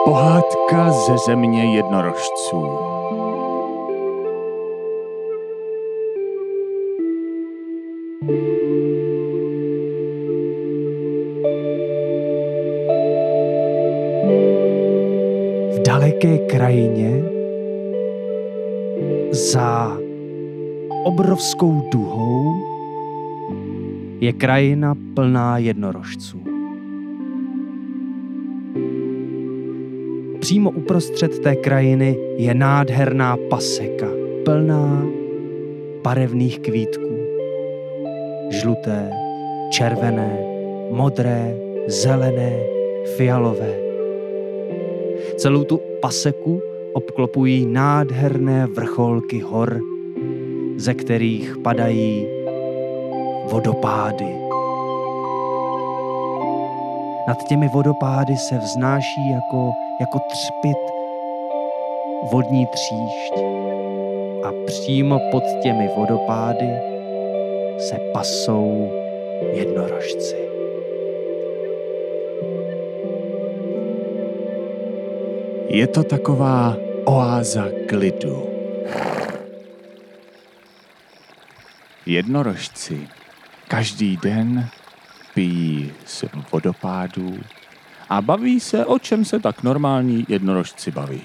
Pohádka ze země jednorožců. V daleké krajině za obrovskou duhou je krajina plná jednorožců. Přímo uprostřed té krajiny je nádherná paseka, plná barevných kvítků. Žluté, červené, modré, zelené, fialové. Celou tu paseku obklopují nádherné vrcholky hor, ze kterých padají vodopády. Nad těmi vodopády se vznáší jako třpyt vodní tříšť a přímo pod těmi vodopády se pasou jednorožci. Je to taková oáza klidu. Jednorožci každý den pijí z vodopádů a baví se, o čem se tak normální jednorožci baví.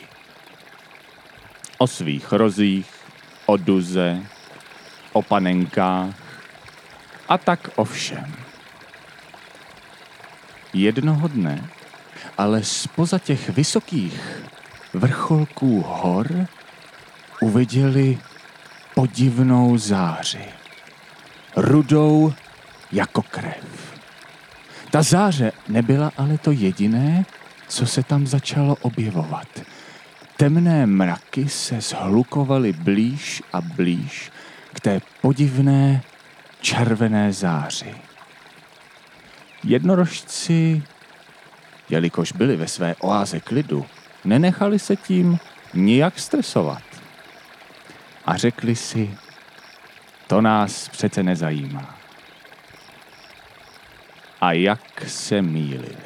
O svých rozích, o duze, o panenkách a tak o všem. Jednoho dne ale zpoza těch vysokých vrcholků hor uviděli podivnou záři. Rudou jako krev. Ta záře nebyla ale to jediné, co se tam začalo objevovat. Temné mraky se shlukovaly blíž a blíž k té podivné červené záři. Jednorožci, jelikož byli ve své oáze klidu, nenechali se tím nijak stresovat. A řekli si, to nás přece nezajímá. A jak se mýlili.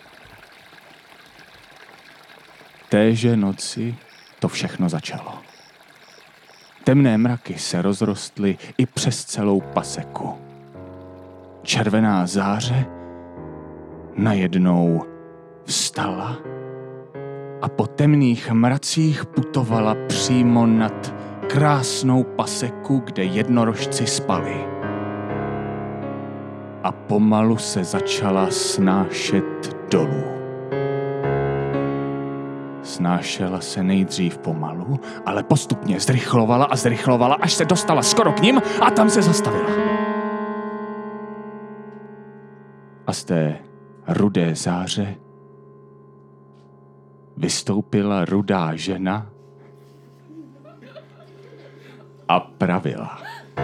Téže noci to všechno začalo. Temné mraky se rozrostly i přes celou paseku. Červená záře najednou vstala a po temných mracích putovala přímo nad krásnou paseku, kde jednorožci spali. A pomalu se začala snášet dolů. Snášela se nejdřív pomalu, ale postupně zrychlovala, až se dostala skoro k nim a tam se zastavila. A z té rudé záře vystoupila rudá žena a pravila.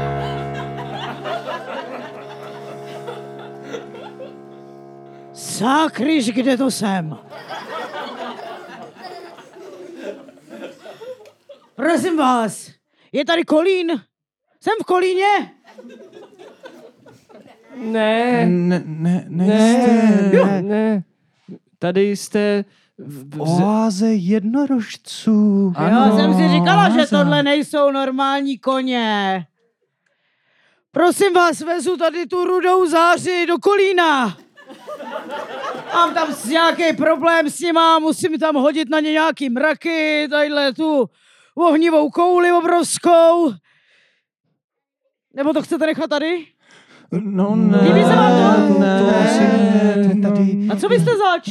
Sakryš, kde to jsem? Prosím vás, je tady Kolín? Jsem v Kolíně? Ne. Tady jste V oáze jednorožců. Já jsem si říkala, že tohle nejsou normální koně. Prosím vás, vezu tady tu rudou záři do Kolína. Mám tam nějaký problém s nima, musím tam hodit na ně nějaký mraky, tadyhle tu ohnivou kouli obrovskou. Nebo to chcete nechat tady? No ne. Líbí se vám to? Ne, tady. A co byste zač?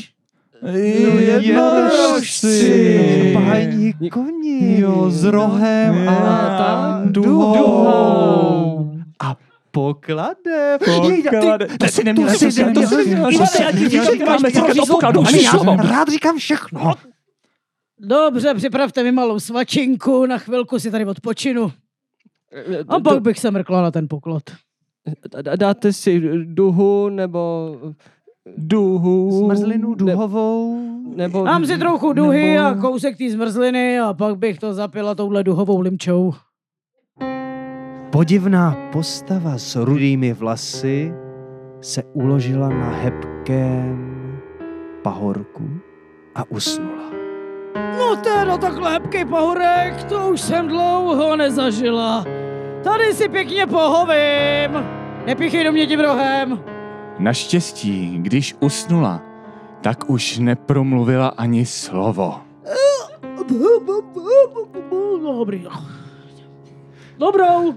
Jednorožci. Pájní koni. Jo, s rohem a duhou. A pokladem. To si neměl Rád říkám všechno. Dobře, připravte mi malou svačinku, na chvilku si tady odpočinu. A pak bych se mrkla na ten poklad. Dáte si duhu nebo... Zmrzlinu duhovou. Nebo... Mám si trochu duhy a kousek té zmrzliny a pak bych to zapila touhle duhovou limčou. Podivná postava s rudými vlasy se uložila na hebkém pahorku a usnula. No teda takhle hebký pahorek, to už jsem dlouho nezažila. Tady si pěkně pohovím. Nepíchej do mě tím rohem. Naštěstí, když usnula, tak už nepromluvila ani slovo. Dobrý. Dobrou.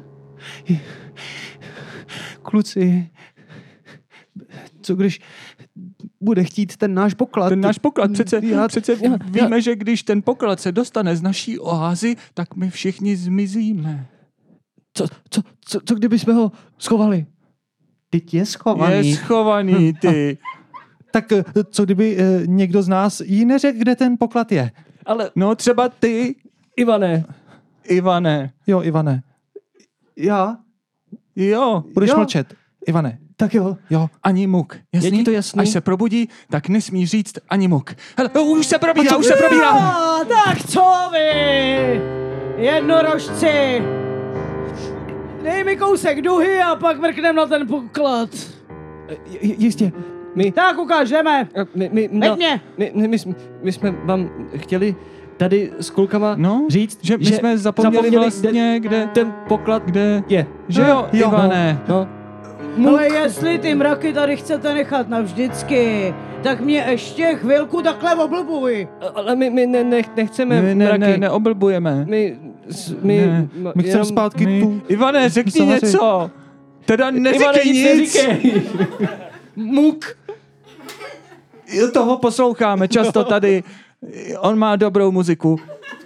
Kluci, co když bude chtít ten náš poklad? Ten náš poklad, přece Já- víme, že když ten poklad se dostane z naší oázy, tak my všichni zmizíme. Co kdyby jsme ho schovali? Teď je schovaný. Je schovaný, ty. Tak co kdyby někdo z nás jí neřekl, kde ten poklad je? Ale No třeba ty, Ivane, Jo, Ivane. Já? jo. Budeš Jo. mlčet. Ivane. Tak jo. Jo. Ani muk, jasný? Je ti to jasný? Až se probudí, tak nesmí říct ani muk. Hele, už se probírá. Tak co vy? Jednorožci. Dej mi kousek duhy a pak mrknem na ten poklad. Jistě. Tak ukážeme. My my jsme vám chtěli tady s klukama říct, že my jsme zapomněli vlastně, kde ten poklad je. Že jo, Ivane? No. Ale jestli ty mraky tady chcete nechat navždycky, tak mě ještě chvilku takhle oblbuj. Ale my nechceme mraky. Neoblbujeme. My chceme zpátky tu... Ivane, řekni Zahařit. něco. Teda neříkej Ivane, nic nic. neříkej. Muk. Toho posloucháme často tady. On má dobrou muziku.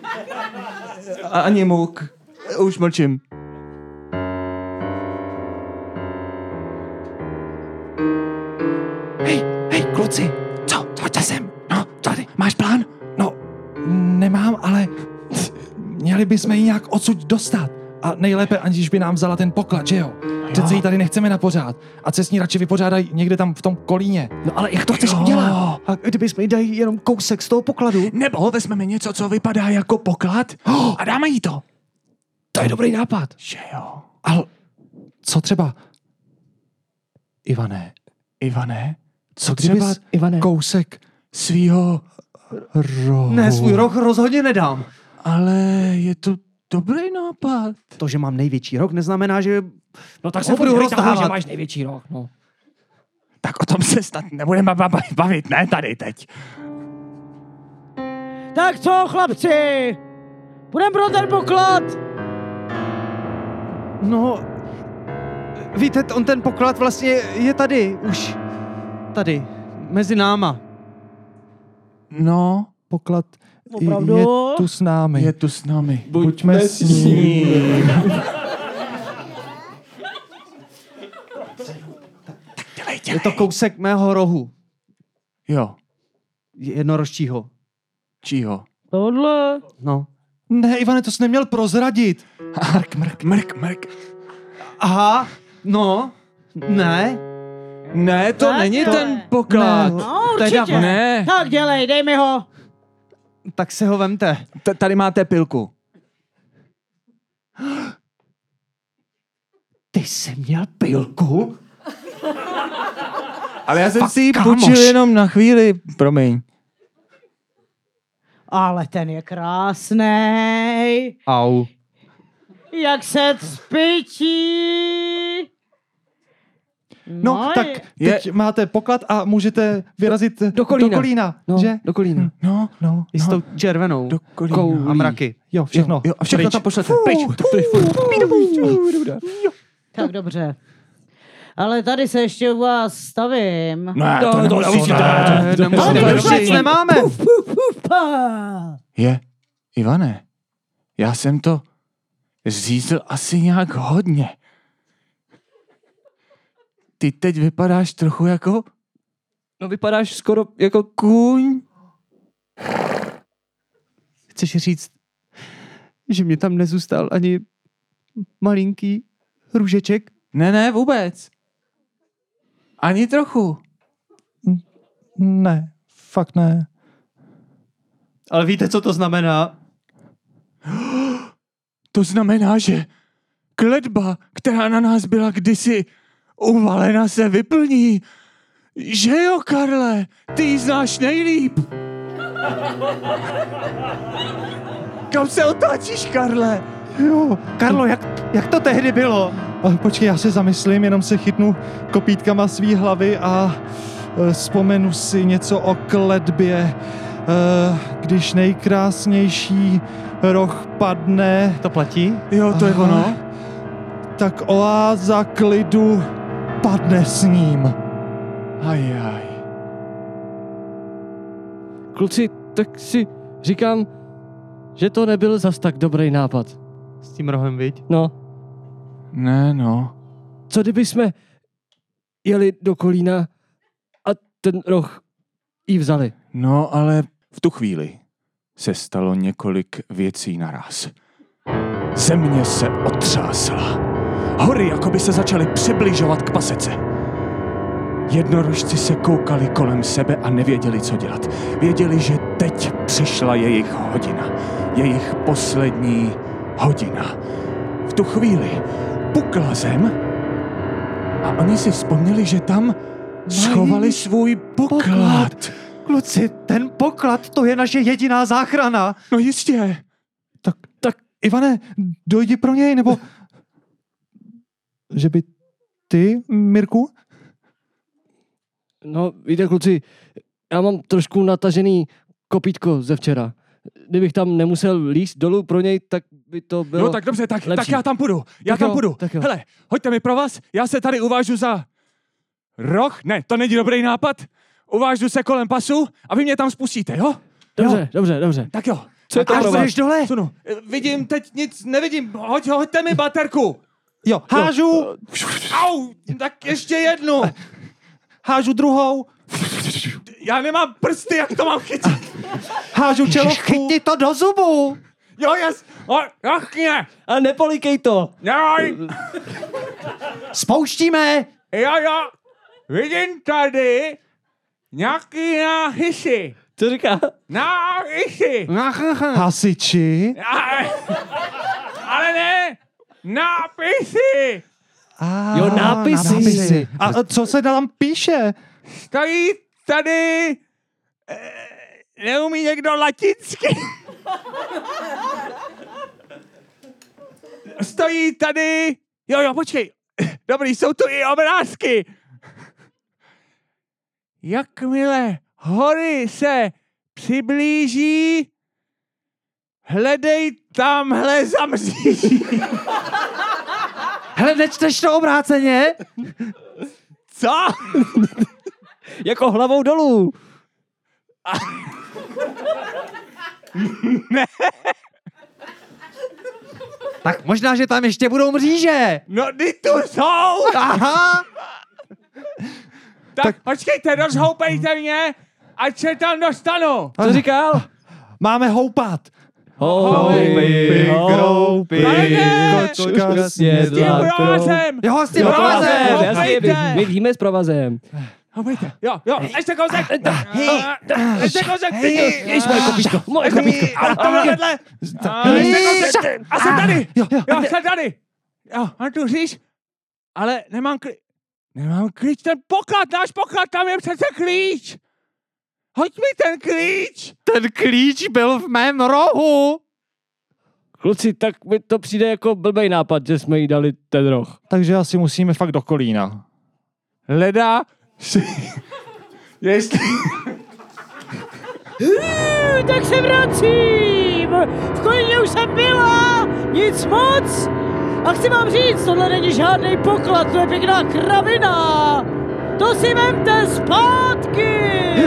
Ani muk. Už mlčím. Hej, kluci. Co? Pojďte sem. No, tady. Máš plán? No, nemám, ale měli bychom ji nějak odsud dostat. A nejlépe, aniž by nám vzala ten poklad, že jo? Přece ji tady nechceme na pořád. A se s ní radši vypořádají někde tam v tom kolíně. No ale jak to chceš udělat? A kdybychom jí dali jenom kousek z toho pokladu? Nebo vezmeme něco, co vypadá jako poklad a dáme jí to. To je dobrý nápad. Že jo. Ale co třeba... Ivane, Co kdyby třeba Ivane. kousek svýho rohu? Ne, svůj roh rozhodně nedám. Ale je to dobrý nápad. To, že mám největší roh, neznamená, že... No tak Ho budu rozdávat. že máš největší rok, no. Tak o tom se snad nebudeme bavit, ne tady teď. Tak co, chlapci? Půjdem pro ten poklad. No, víte, on ten poklad vlastně je tady už. Tady, mezi náma. No, Poklad Opravdu? je tu s námi. je tu s námi. Buďme s ním. Je to kousek mého rohu. Jo, Jednorožčího. čího? Tohle. No. Ne, Ivane, to jsi neměl prozradit. Mrk. Aha, no, ne. Ne, to Tak není jo. ten poklad. No Teda určitě. ne. Tak dělej, dej mi ho. Tak se ho vemte. Tady máte pilku. Ty jsi měl pilku? Ale já jsem Fakt, si ji kámoš. půjčil jenom na chvíli, promiň. Ale ten je krásnej. Au. Jak se cpičí. No, tak teď máte poklad a můžete vyrazit Do Kolína. No, že? do Kolína. No. I s tou červenou. Do Kolína. A mraky. Jo, všechno. Jo, a všechno Pryč. tam pošlete. Pryč. Tak dobře. Ale tady se ještě u vás stavím. Ne, to nemusíte. Nic nemáme. Pa. Ivane, já jsem to řízl asi nějak hodně. Ty teď vypadáš trochu jako No vypadáš skoro jako kůň. Chceš říct, že mě tam nezůstal ani malinký růžeček? Ne, vůbec. Ani trochu. Ne, fakt ne. Ale víte, co to znamená? To znamená, že kletba, která na nás byla kdysi uvalena, se vyplní. Že jo, Karle? Ty ji znáš nejlíp. Kam se otáčíš, Karle? Jo. Karlo, jak to tehdy bylo? Počkej, já se zamyslím, jenom se chytnu kopítkama svý hlavy a vzpomenu si něco o kletbě. Když nejkrásnější roh padne, To platí? Jo, to je ono. tak oáza klidu padne s ním. Ajaj. Kluci, tak si říkám, že to nebyl zas tak dobrý nápad. S tím rohem, viď? No, Ne, no. co kdyby jsme jeli do Kolína a ten roh jí vzali? No, ale v tu chvíli se stalo několik věcí naraz. Země se otřásla. Hory jakoby se začaly přibližovat k pasece. Jednorožci se koukali kolem sebe a nevěděli, co dělat. Věděli, že teď přišla jejich hodina. Jejich poslední hodina. V tu chvíli pukla zem a oni si vzpomněli, že tam schovali svůj poklad. Kluci, ten poklad, to je naše jediná záchrana. No jistě. Tak Ivane, dojdi pro něj, nebo... Že by ty, Mirku? No, víte, kluci, já mám trošku natažený kopítko ze včera. Kdybych tam nemusel líst dolů pro něj, tak by to bylo No tak dobře, tak lepší. já tam půjdu. Já Tak tam jo, půjdu. tak jo. Hele, hoďte mi pro vás, já se tady uvážu za roh. Ne, to není dobrý nápad. Uvážu se kolem pasu a vy mě tam spustíte, jo? Dobře. Tak jo. Co je to Tak pro až vás? budeš dole? Sunu, vidím teď nic, nevidím. Hoďte mi baterku. Jo, hážu, Au, tak ještě jednu. hážu druhou, Já nemám prsty, jak to mám chytit? hážu čelovku. Chytni to do zubu. Jo, jasně. A nepolíkej to. Joj, Spouštíme. jo. Vidím tady nějaký náhisy. Co říká? Náhisy. Hasiči. Ale ne, nápisy. Jo, nápisy. A co se tam píše? Stojí tady, neumí někdo latinsky. Stojí tady, jo, počkej, dobrý, jsou tu i obrázky. Jakmile hory se přiblíží, hledej tamhle za mříží. Hele, nečteš to obráceně? Co? Jako hlavou dolů. Tak možná, že tam ještě budou mříže. No, ty tu jsou. Aha. Tak počkejte, rozhoupejte mě, ať se tam dostanu. Co říkal? Máme houpat. Houpy, kočka s jedlá provazem. Jo, s tím Jo, provazem. provazem, jasně, Houpejte. my víme s provazem. Houpejte, jo, ještě kousek. Ještě kousek. Jež moje kopítko, moje kopítko. A tohle vedle. Ještě kousek. A jsem tady. Jo, jsem tady. Jo, mám tu říš, ale nemám klíč, ten poklad, náš poklad, tam je přece klíč. Hoď mi ten klíč. Ten klíč byl v mém rohu. Kluci, tak mi to přijde jako blbej nápad, že jsme jí dali ten roh. Takže asi musíme fakt do Kolína. Leda si... Jestli... Tak se vracím. V Kolíně už jsem byla, nic moc. A chci vám říct, tohle není žádný poklad, to je pěkná kravina. To si vemte zpátky.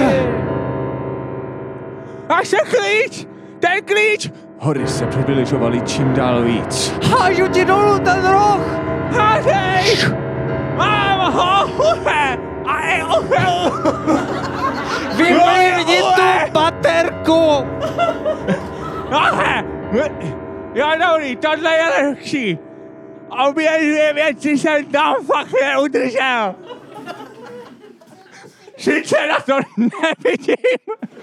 Až ten klíč! Ten klíč! Hory se přibližovaly čím dál víc. Hážu ti dolů ten roh. Hádej! Mám ho! A je uchel! Vyplivni tu baterku. Jo, dobrý, tohle je lepší. Obě dvě věci jsem tam fakt neudržel. Sice na to nevidím,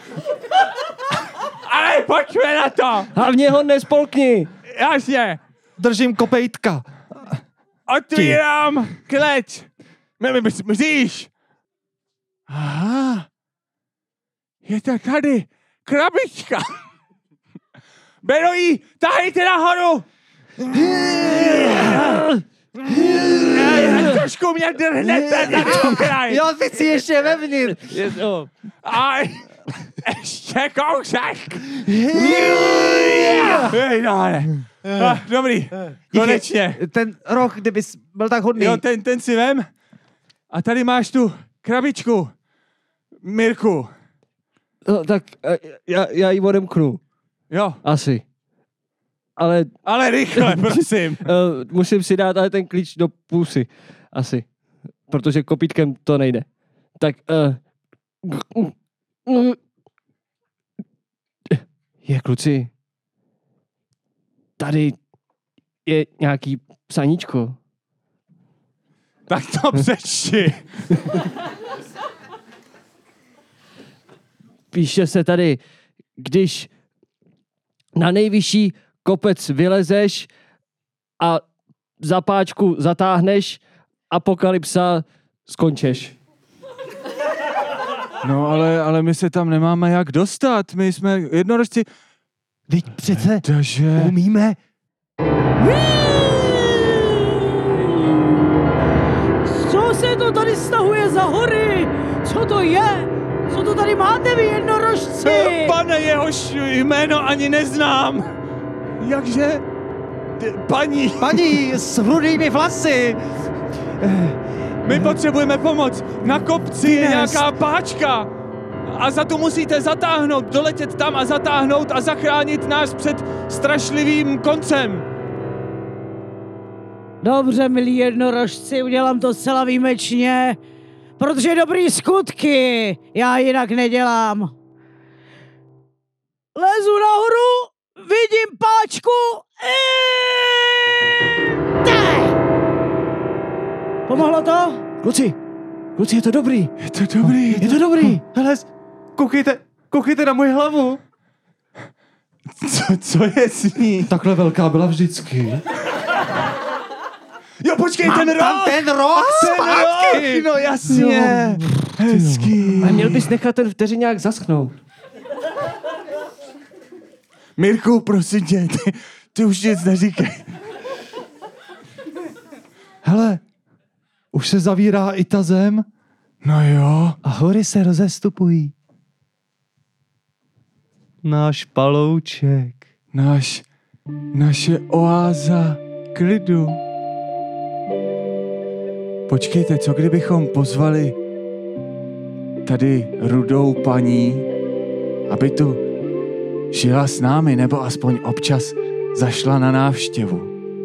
ale pojďme na to. Hlavně ho nespolkni. Jasně, Držím kopejtka. otvírám kleť. Mříž. Aha, je to tady. krabička. Berojí, tahejte nahoru. Trošku mě drhnete na ten kraj. Jo, ty jsi ještě vevnitř. A ještě kousek. Dobrý, konečně. Ten roh, kdybys byl tak hodný. Jo, ten si vem. A tady máš tu krabičku. Mirku. No, tak já ji odemknu. Jo. Asi. Ale rychle, prosím. Musím si dát ale ten klíč do pusy. Asi. Protože kopítkem to nejde. Tak kluci. Tady je nějaký psaníčko. Tak to přečti. Píše se tady, když na nejvyšší kopec vylezeš a za páčku zatáhneš, apokalypsa, skončeš. No ale my se tam nemáme jak dostat. My jsme jednorožci. Teď přece Takže... umíme. Co se to tady stahuje za hory? Co to je? Co to tady máte vy jednorožci? Pane, jehož jméno ani neznám. Jakže? Paní. Paní s rudými vlasy. My potřebujeme pomoc. Na kopci je nějaká páčka. A za to musíte zatáhnout, doletět tam a zatáhnout a zachránit nás před strašlivým koncem. Dobře, milí jednorožci, udělám to zcela výjimečně, protože dobrý skutky já jinak nedělám. Lezu nahoru, vidím páčku. Pomohlo to? Kluci, je to dobrý. Je to dobrý. Je to dobrý. Hele, koukejte na moji hlavu. Co je s ní? Takhle velká byla vždycky. Jo, počkej, Mám ten roh! tam ten roh zpátky. No jasně. Hezký. A měl bys nechat ten vteřiňák zaschnout. Mirku, prosím tě, ty už nic neříkej. Hele, už se zavírá i ta zem No jo. A hory se rozestupují. Náš palouček. Naše oáza klidu. Počkejte, co kdybychom pozvali tady rudou paní, aby tu žila s námi, nebo aspoň občas zašla na návštěvu.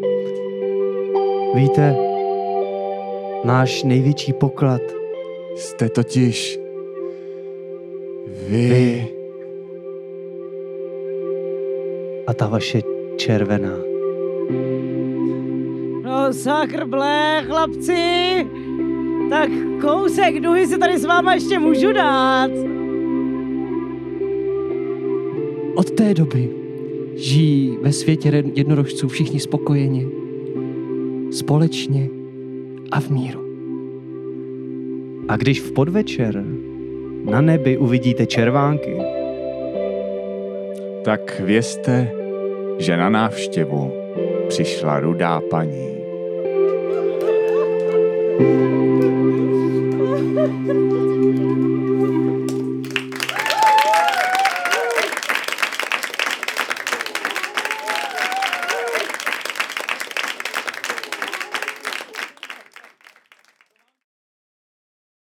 Víte, náš největší poklad. Jste totiž vy. A ta vaše červená. No sakr blé, chlapci. Tak kousek duhy si tady s váma ještě můžu dát. Od té doby žijí ve světě jednorožců všichni spokojeně, společně a v míru. A když v podvečer na nebi uvidíte červánky, Tak vězte, že na návštěvu přišla rudá paní.